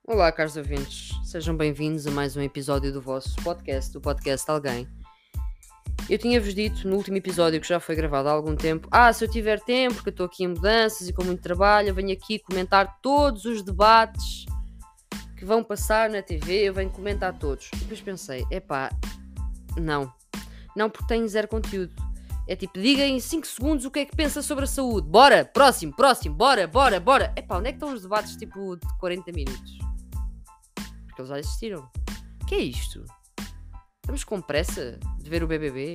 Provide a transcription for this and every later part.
Olá, caros ouvintes, sejam bem-vindos a mais um episódio do vosso podcast, do podcast Alguém. Eu tinha-vos dito no último episódio, que já foi gravado há algum tempo, se eu tiver tempo, porque eu estou aqui em mudanças e com muito trabalho, eu venho aqui comentar todos os debates que vão passar na TV, eu venho comentar todos. Depois pensei, não porque tem zero conteúdo. É tipo, diga em 5 segundos o que é que pensa sobre a saúde. Bora, próximo, bora. Onde é que estão os debates tipo de 40 minutos? Porque eles já existiram. O que é isto? Estamos com pressa de ver o BBB?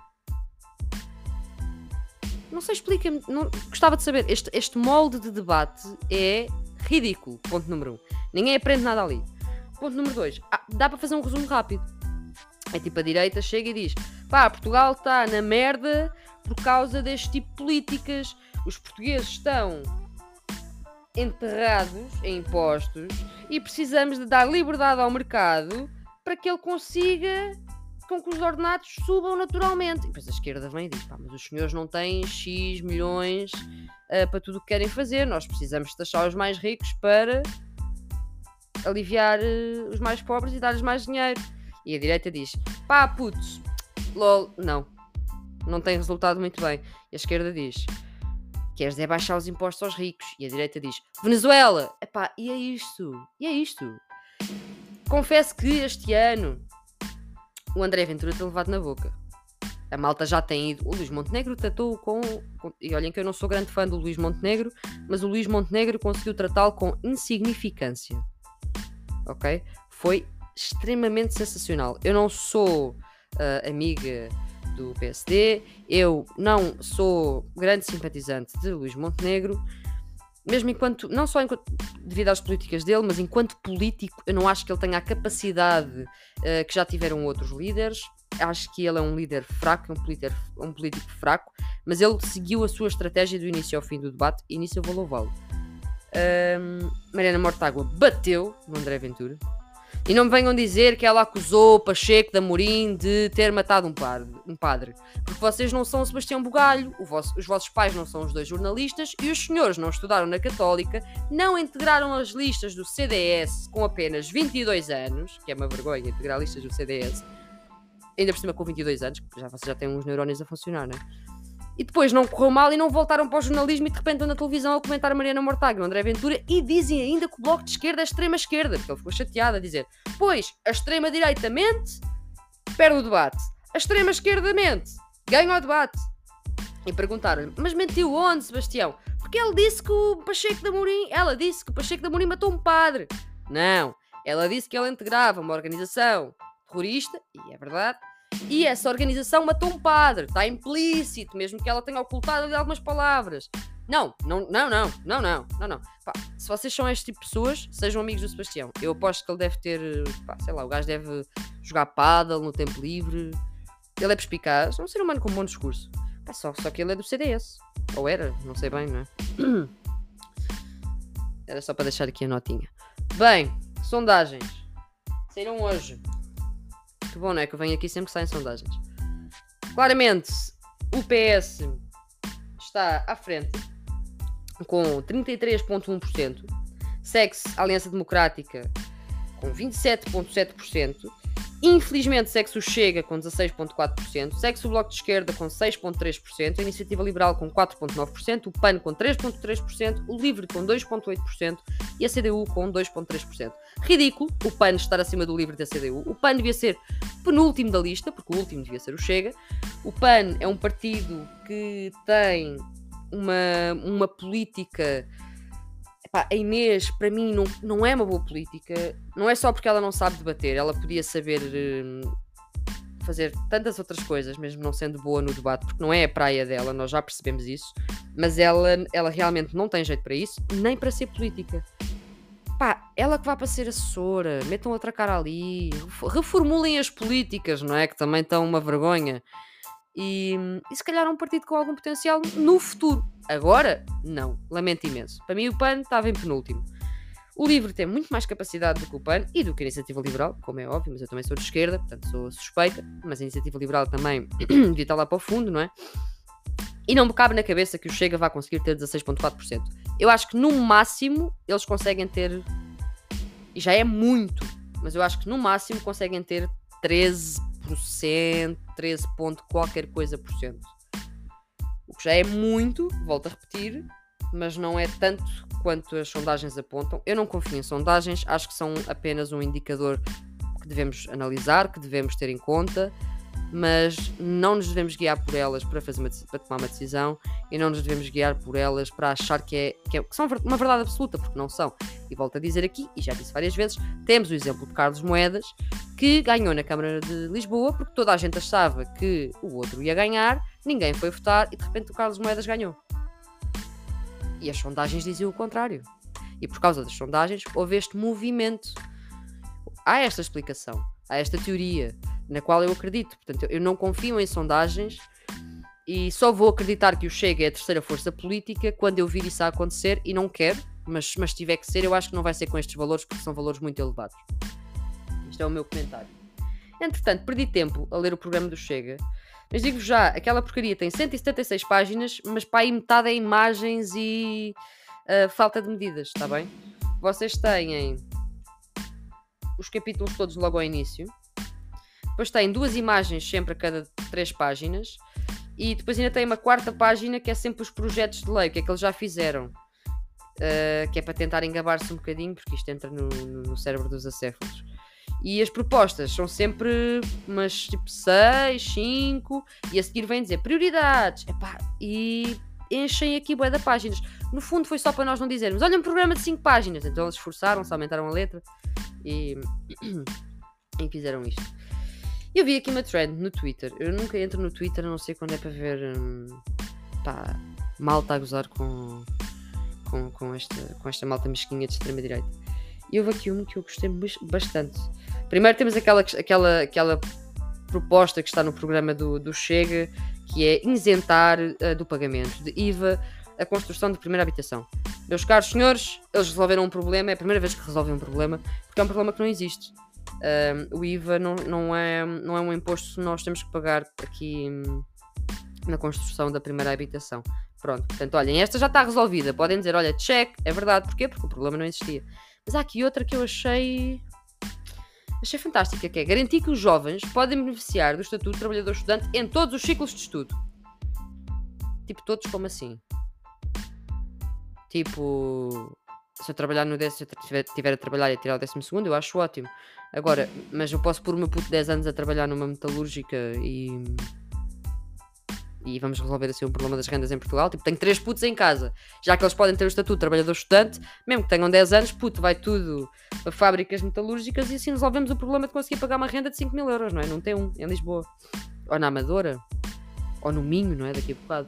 Não sei, explica-me. Gostava de saber. Este molde de debate é ridículo. Ponto número 1. Ninguém aprende nada ali. Ponto número 2. Dá para fazer um resumo rápido. É tipo, a direita chega e diz: Portugal está na merda por causa deste tipo de políticas. Os portugueses estão enterrados em impostos e precisamos de dar liberdade ao mercado para que ele consiga com que os ordenados subam naturalmente. E depois a esquerda vem e diz: mas os senhores não têm X milhões para tudo o que querem fazer. Nós precisamos taxar os mais ricos para aliviar os mais pobres e dar-lhes mais dinheiro. E a direita diz: putos, lol, não tem resultado muito bem. E a esquerda diz: queres é baixar os impostos aos ricos. E a direita diz: Venezuela. E é isto. Confesso que este ano o André Ventura tem levado na boca. A malta já tem ido. O Luís Montenegro tratou com... E olhem que eu não sou grande fã do Luís Montenegro, mas o Luís Montenegro conseguiu tratá-lo com insignificância. Ok? Foi extremamente sensacional. Eu não sou amiga do PSD, eu não sou grande simpatizante de Luís Montenegro, mesmo devido às políticas dele, mas enquanto político eu não acho que ele tenha a capacidade que já tiveram outros líderes. Acho que ele é um líder fraco, um político fraco, mas ele seguiu a sua estratégia do início ao fim do debate e nisso eu vou louvá-lo. Mariana Mortágua bateu no André Ventura. E não me venham dizer que ela acusou Pacheco de Amorim de ter matado um padre. Porque vocês não são Sebastião Bugalho, os vossos pais não são os dois jornalistas e os senhores não estudaram na Católica, não integraram as listas do CDS com apenas 22 anos, que é uma vergonha integrar listas do CDS, ainda por cima com 22 anos, que vocês já têm uns neurónios a funcionar, não é? E depois não correu mal e não voltaram para o jornalismo e de repente estão na televisão a comentar a Mariana Mortágua, André Ventura, e dizem ainda que o Bloco de Esquerda é extrema-esquerda, porque ele ficou chateado a dizer: pois, a extrema-direita mente, perde o debate. A extrema-esquerda mente, ganha o debate. E perguntaram-lhe: mas mentiu onde, Sebastião? Porque ela disse que o Pacheco de Amorim matou um padre. Não, ela disse que ele integrava uma organização terrorista, e é verdade, e essa organização matou um padre. Está implícito, mesmo que ela tenha ocultado ali algumas palavras. Não. Se vocês são este tipo de pessoas, sejam amigos do Sebastião. Eu aposto que ele deve ter, o gajo deve jogar pádel no tempo livre. Ele é perspicaz, é um ser humano com um bom discurso. Só que ele é do CDS. Ou era, não sei bem, não é? Era só para deixar aqui a notinha. Bem, sondagens. Saíram hoje. Que bom, não é? Que eu venho aqui sempre que saem sondagens. Claramente, o PS está à frente com 33,1%. Segue-se a Aliança Democrática com 27,7%. Infelizmente, segue-se o Chega com 16,4%. Segue-se o Bloco de Esquerda com 6,3%. A Iniciativa Liberal com 4,9%. O PAN com 3,3%. O LIVRE com 2,8%. E a CDU com 2,3%. Ridículo o PAN estar acima do LIVRE da CDU. O PAN devia ser penúltimo da lista, porque o último devia ser o Chega. O PAN é um partido que tem uma política... A Inês, para mim, não é uma boa política. Não é só porque ela não sabe debater. Ela podia saber fazer tantas outras coisas, mesmo não sendo boa no debate, porque não é a praia dela, nós já percebemos isso. Mas ela realmente não tem jeito para isso, nem para ser política. Ela que vá para ser assessora, metam outra cara ali, reformulem as políticas, não é? Que também estão uma vergonha. E se calhar um partido com algum potencial no futuro. Agora, não. Lamento imenso. Para mim o PAN estava em penúltimo. O LIVRE tem muito mais capacidade do que o PAN e do que a Iniciativa Liberal, como é óbvio, mas eu também sou de esquerda, portanto sou suspeita, mas a Iniciativa Liberal também devia estar lá para o fundo, não é? E não me cabe na cabeça que o Chega vá conseguir ter 16,4%. Eu acho que no máximo eles conseguem ter E já é muito. Mas eu acho que no máximo conseguem ter 13%, 13 ponto qualquer coisa por cento. O que já é muito, volto a repetir, mas não é tanto quanto as sondagens apontam. Eu não confio em sondagens, acho que são apenas um indicador que devemos analisar, que devemos ter em conta, mas não nos devemos guiar por elas para tomar uma decisão, e não nos devemos guiar por elas para achar que são uma verdade absoluta, porque não são. E volto a dizer aqui, e já disse várias vezes, temos o exemplo de Carlos Moedas, que ganhou na Câmara de Lisboa porque toda a gente achava que o outro ia ganhar, ninguém foi votar e de repente o Carlos Moedas ganhou. E as sondagens diziam o contrário. E por causa das sondagens houve este movimento. Há esta explicação, há esta teoria na qual eu acredito. Portanto, eu não confio em sondagens e só vou acreditar que o Chega é a terceira força política quando eu vir isso a acontecer, e não quero, mas se tiver que ser, eu acho que não vai ser com estes valores, porque são valores muito elevados. Isto é o meu comentário. Entretanto, perdi tempo a ler o programa do Chega, mas digo-vos já, aquela porcaria tem 176 páginas, mas para aí metade é imagens e falta de medidas, está bem? Vocês têm os capítulos todos logo ao início, depois têm 2 imagens sempre a cada 3 páginas, e depois ainda tem uma 4ª página que é sempre os projetos de lei, o que é que eles já fizeram, que é para tentar engabar-se um bocadinho, porque isto entra no cérebro dos acéfalos. E as propostas são sempre umas tipo 6, 5, e a seguir vem dizer prioridades. Epá, e enchem aqui bué de páginas. No fundo foi só para nós não dizermos, olha, um programa de 5 páginas. Então eles esforçaram-se, aumentaram a letra e fizeram isto. Eu vi aqui uma thread no Twitter. Eu nunca entro no Twitter, não sei quando é para ver malta a gozar com esta malta mesquinha de extrema-direita. E houve aqui um que eu gostei bastante. Primeiro temos aquela proposta que está no programa do Chega, que é isentar do pagamento de IVA a construção de primeira habitação. Meus caros senhores, eles resolveram um problema, é a primeira vez que resolvem um problema, porque é um problema que não existe. O IVA não é um imposto que nós temos que pagar aqui na construção da primeira habitação. Pronto, portanto, olhem, esta já está resolvida. Podem dizer, olha, check, é verdade. Porquê? Porque o problema não existia. Mas há aqui outra que eu achei fantástica, que é garantir que os jovens podem beneficiar do Estatuto de Trabalhador Estudante em todos os ciclos de estudo. Tipo, todos como assim? Tipo, se eu trabalhar se eu estiver a trabalhar e a tirar o 12º, eu acho ótimo. Agora, mas eu posso pôr o meu puto de 10 anos a trabalhar numa metalúrgica e vamos resolver assim o problema das rendas em Portugal. Tipo, tenho 3 putos em casa, já que eles podem ter o estatuto de trabalhador estudante, mesmo que tenham 10 anos, puto, vai tudo para fábricas metalúrgicas e assim resolvemos o problema de conseguir pagar uma renda de 5.000 euros, não é? Não tem em Lisboa, ou na Amadora, ou no Minho, não é? Daqui a bocado.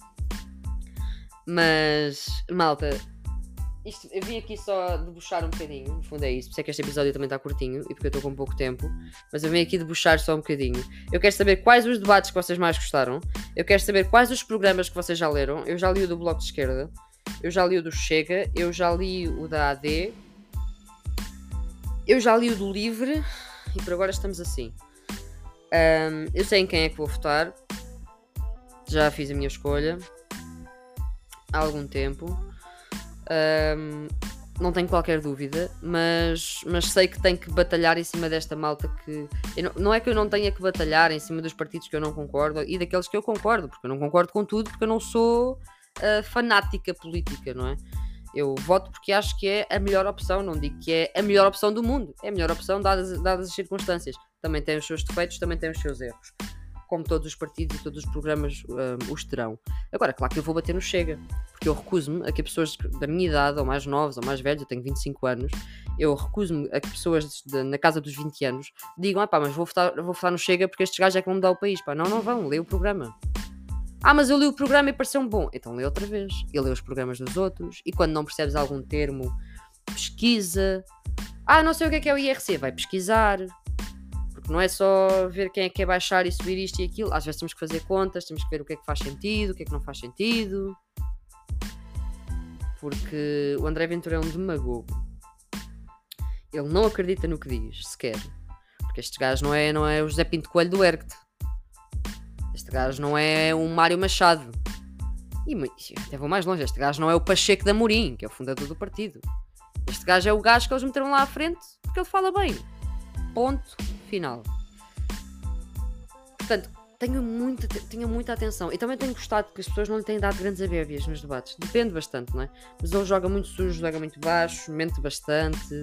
Mas, malta, isto, eu vim aqui só debochar um bocadinho, no fundo é isso, por isso é que este episódio também está curtinho e porque eu estou com pouco tempo, mas eu vim aqui debochar só um bocadinho. Eu quero saber quais os debates que vocês mais gostaram, eu quero saber quais os programas que vocês já leram. Eu já li o do Bloco de Esquerda, eu já li o do Chega, eu já li o da AD, eu já li o do Livre e por agora estamos assim. Eu sei em quem é que vou votar, já fiz a minha escolha há algum tempo. Não tenho qualquer dúvida, mas sei que tenho que batalhar em cima desta malta que... Não é que eu não tenha que batalhar em cima dos partidos que eu não concordo e daqueles que eu concordo, porque eu não concordo com tudo, porque eu não sou fanática política, não é? Eu voto porque acho que é a melhor opção, não digo que é a melhor opção do mundo, é a melhor opção dadas as circunstâncias. Também tem os seus defeitos, também tem os seus erros, como todos os partidos e todos os programas os terão. Agora, claro que eu vou bater no Chega, porque eu recuso-me a que pessoas da minha idade, ou mais novos, ou mais velhos, eu tenho 25 anos, eu recuso-me a que pessoas na casa dos 20 anos digam, mas vou votar no Chega porque estes gajos é que vão mudar o país. Pá, não vão, lê o programa. Mas eu li o programa e pareceu-me bom. Então lê outra vez, e lê os programas dos outros, e quando não percebes algum termo, pesquisa. Não sei o que é o IRC, vai pesquisar. Não é só ver quem é que quer baixar e subir isto e aquilo. Às vezes temos que fazer contas, temos que ver o que é que faz sentido, o que é que não faz sentido. Porque o André Ventura é um demagogo. Ele não acredita no que diz, sequer. Porque este gajo não é o José Pinto Coelho do Ergt. Este gajo não é um Mário Machado. E até vou mais longe, este gajo não é o Pacheco de Amorim, que é o fundador do partido. Este gajo é o gajo que eles meteram lá à frente porque ele fala bem. Ponto final. Portanto, tenha muita atenção. E também tenho gostado que as pessoas não lhe têm dado grandes abébias nos debates. Depende bastante, não é? Mas ele joga muito sujo, joga muito baixo, mente bastante.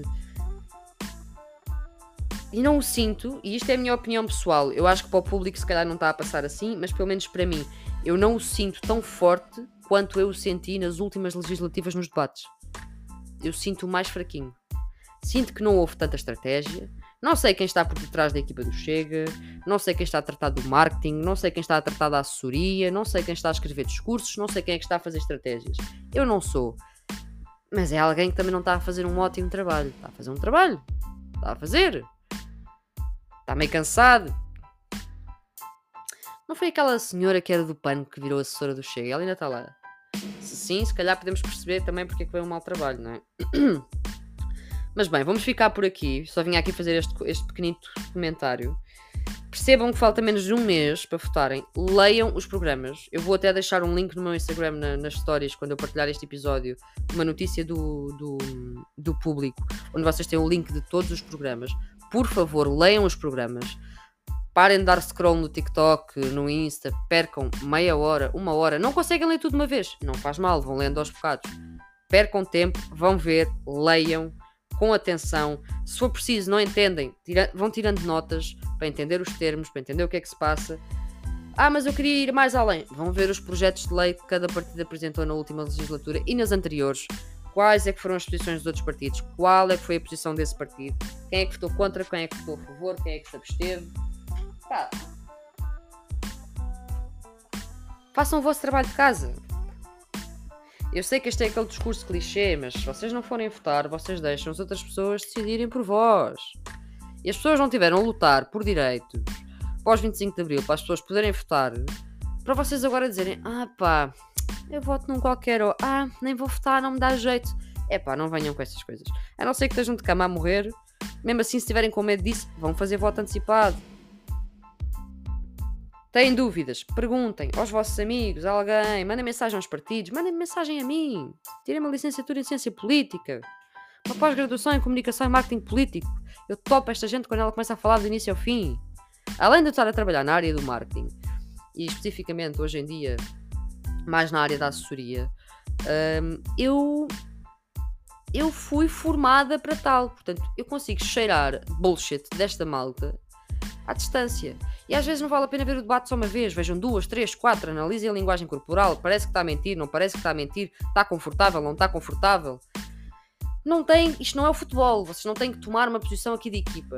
E não o sinto, e isto é a minha opinião pessoal. Eu acho que para o público se calhar não está a passar assim, mas pelo menos para mim, eu não o sinto tão forte quanto eu o senti nas últimas legislativas nos debates. Eu sinto-o mais fraquinho. Sinto que não houve tanta estratégia. Não sei quem está por detrás da equipa do Chega, não sei quem está a tratar do marketing, não sei quem está a tratar da assessoria, não sei quem está a escrever discursos, não sei quem é que está a fazer estratégias. Eu não sou. Mas é alguém que também não está a fazer um ótimo trabalho. Está a fazer um trabalho. Está a fazer. Está meio cansado. Não foi aquela senhora que era do PAN que virou assessora do Chega? Ela ainda está lá. Se sim, se calhar podemos perceber também porque é que foi um mau trabalho, não é? Mas bem, vamos ficar por aqui. Só vim aqui fazer este pequenito comentário. Percebam que falta menos de um mês para votarem. Leiam os programas. Eu vou até deixar um link no meu Instagram nas stories, quando eu partilhar este episódio, uma notícia do público, onde vocês têm o link de todos os programas. Por favor, leiam os programas. Parem de dar scroll no TikTok, no Insta. Percam meia hora, uma hora. Não conseguem ler tudo de uma vez. Não faz mal, vão lendo aos bocados. Percam tempo, vão ver, leiam com atenção. Se for preciso, não entendem, vão tirando notas para entender os termos, para entender o que é que se passa. Mas eu queria ir mais além. Vão ver os projetos de lei que cada partido apresentou na última legislatura e nas anteriores. Quais é que foram as posições dos outros partidos? Qual é que foi a posição desse partido? Quem é que votou contra? Quem é que votou a favor? Quem é que se absteve? Façam o vosso trabalho de casa. Eu sei que este é aquele discurso clichê, mas se vocês não forem votar, vocês deixam as outras pessoas decidirem por vós. E as pessoas não tiveram a lutar por direitos pós 25 de Abril, para as pessoas poderem votar, para vocês agora dizerem: eu voto num qualquer, ou nem vou votar, não me dá jeito. Não venham com essas coisas. A não ser que estejam de cama a morrer, mesmo assim, se estiverem com medo disso, vão fazer voto antecipado. Têm dúvidas? Perguntem aos vossos amigos, a alguém, mandem mensagem aos partidos, mandem mensagem a mim. Tirem uma licenciatura em Ciência Política, uma pós-graduação em Comunicação e Marketing Político. Eu topo esta gente quando ela começa a falar do início ao fim. Além de eu estar a trabalhar na área do marketing, e especificamente hoje em dia, mais na área da assessoria, eu fui formada para tal. Portanto, eu consigo cheirar bullshit desta malta à distância. E às vezes não vale a pena ver o debate só uma vez. Vejam 2, 3, 4, analisem a linguagem corporal. Parece que está a mentir, não parece que está a mentir. Está confortável, não está confortável. Isto não é o futebol. Vocês não têm que tomar uma posição aqui de equipa.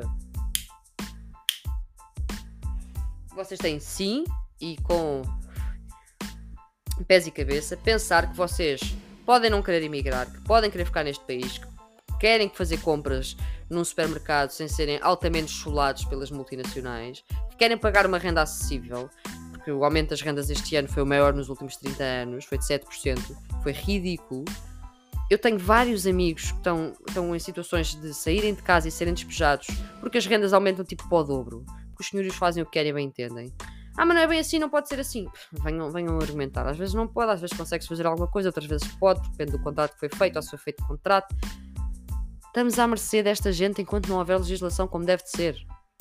Vocês têm sim, e com pés e cabeça, pensar que vocês podem não querer emigrar, que podem querer ficar neste país, que querem fazer compras num supermercado sem serem altamente chulados pelas multinacionais, que querem pagar uma renda acessível, porque o aumento das rendas este ano foi o maior nos últimos 30 anos, foi de 7%, foi ridículo. Eu tenho vários amigos que estão em situações de saírem de casa e serem despejados porque as rendas aumentam tipo para o dobro, porque os senhorios fazem o que querem e bem entendem. Mas não é bem assim, não pode ser assim. Venham argumentar. Às vezes não pode, às vezes consegue-se fazer alguma coisa, outras vezes pode, depende do contrato que foi feito, ou se foi feito contrato. Estamos à mercê desta gente enquanto não houver legislação como deve de ser.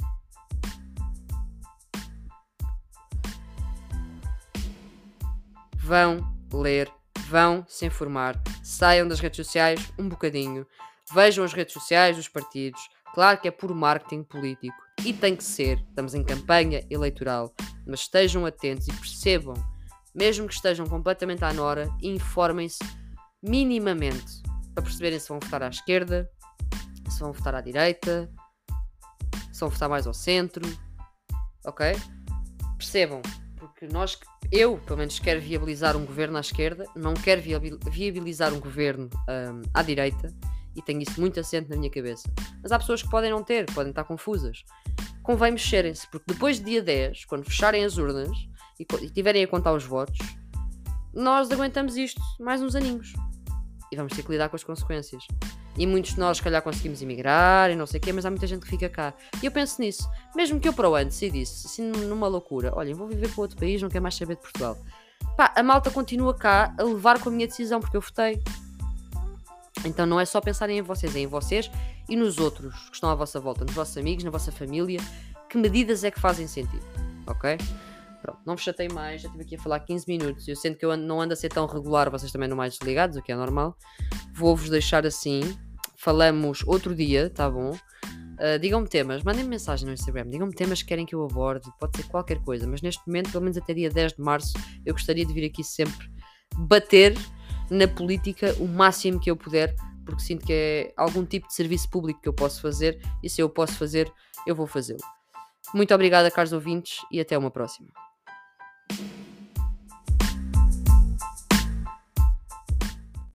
Vão ler, vão se informar, saiam das redes sociais um bocadinho, vejam as redes sociais dos partidos. Claro que é puro marketing político e tem que ser, estamos em campanha eleitoral, mas estejam atentos e percebam, mesmo que estejam completamente à nora, informem-se minimamente para perceberem se vão votar à esquerda, se vão votar à direita, se vão votar mais ao centro, ok? Percebam, porque eu pelo menos quero viabilizar um governo à esquerda, não quero viabilizar um governo à direita, e tenho isso muito assente na minha cabeça. Mas há pessoas que podem não ter, podem estar confusas. Convém mexerem-se, porque depois de dia 10, quando fecharem as urnas e tiverem a contar os votos, nós aguentamos isto mais uns aninhos. E vamos ter que lidar com as consequências. E muitos de nós, se calhar, conseguimos emigrar e não sei o quê, mas há muita gente que fica cá. E eu penso nisso. Mesmo que eu para o ano decidisse, assim, numa loucura, olhem, vou viver para outro país, não quero mais saber de Portugal. A malta continua cá a levar com a minha decisão, porque eu votei. Então não é só pensarem em vocês, é em vocês e nos outros que estão à vossa volta, nos vossos amigos, na vossa família. Que medidas é que fazem sentido, ok? Pronto, não vos chatei mais, já estive aqui a falar 15 minutos. Eu sinto que eu não ando a ser tão regular, vocês também não mais desligados, o que é normal. Vou-vos deixar assim. Falamos outro dia, tá bom? Digam-me temas, mandem-me mensagem no Instagram, digam-me temas que querem que eu aborde, pode ser qualquer coisa, mas neste momento, pelo menos até dia 10 de março, eu gostaria de vir aqui sempre bater na política o máximo que eu puder, porque sinto que é algum tipo de serviço público que eu posso fazer, e se eu posso fazer, eu vou fazê-lo. Muito obrigada, caros ouvintes, e até uma próxima.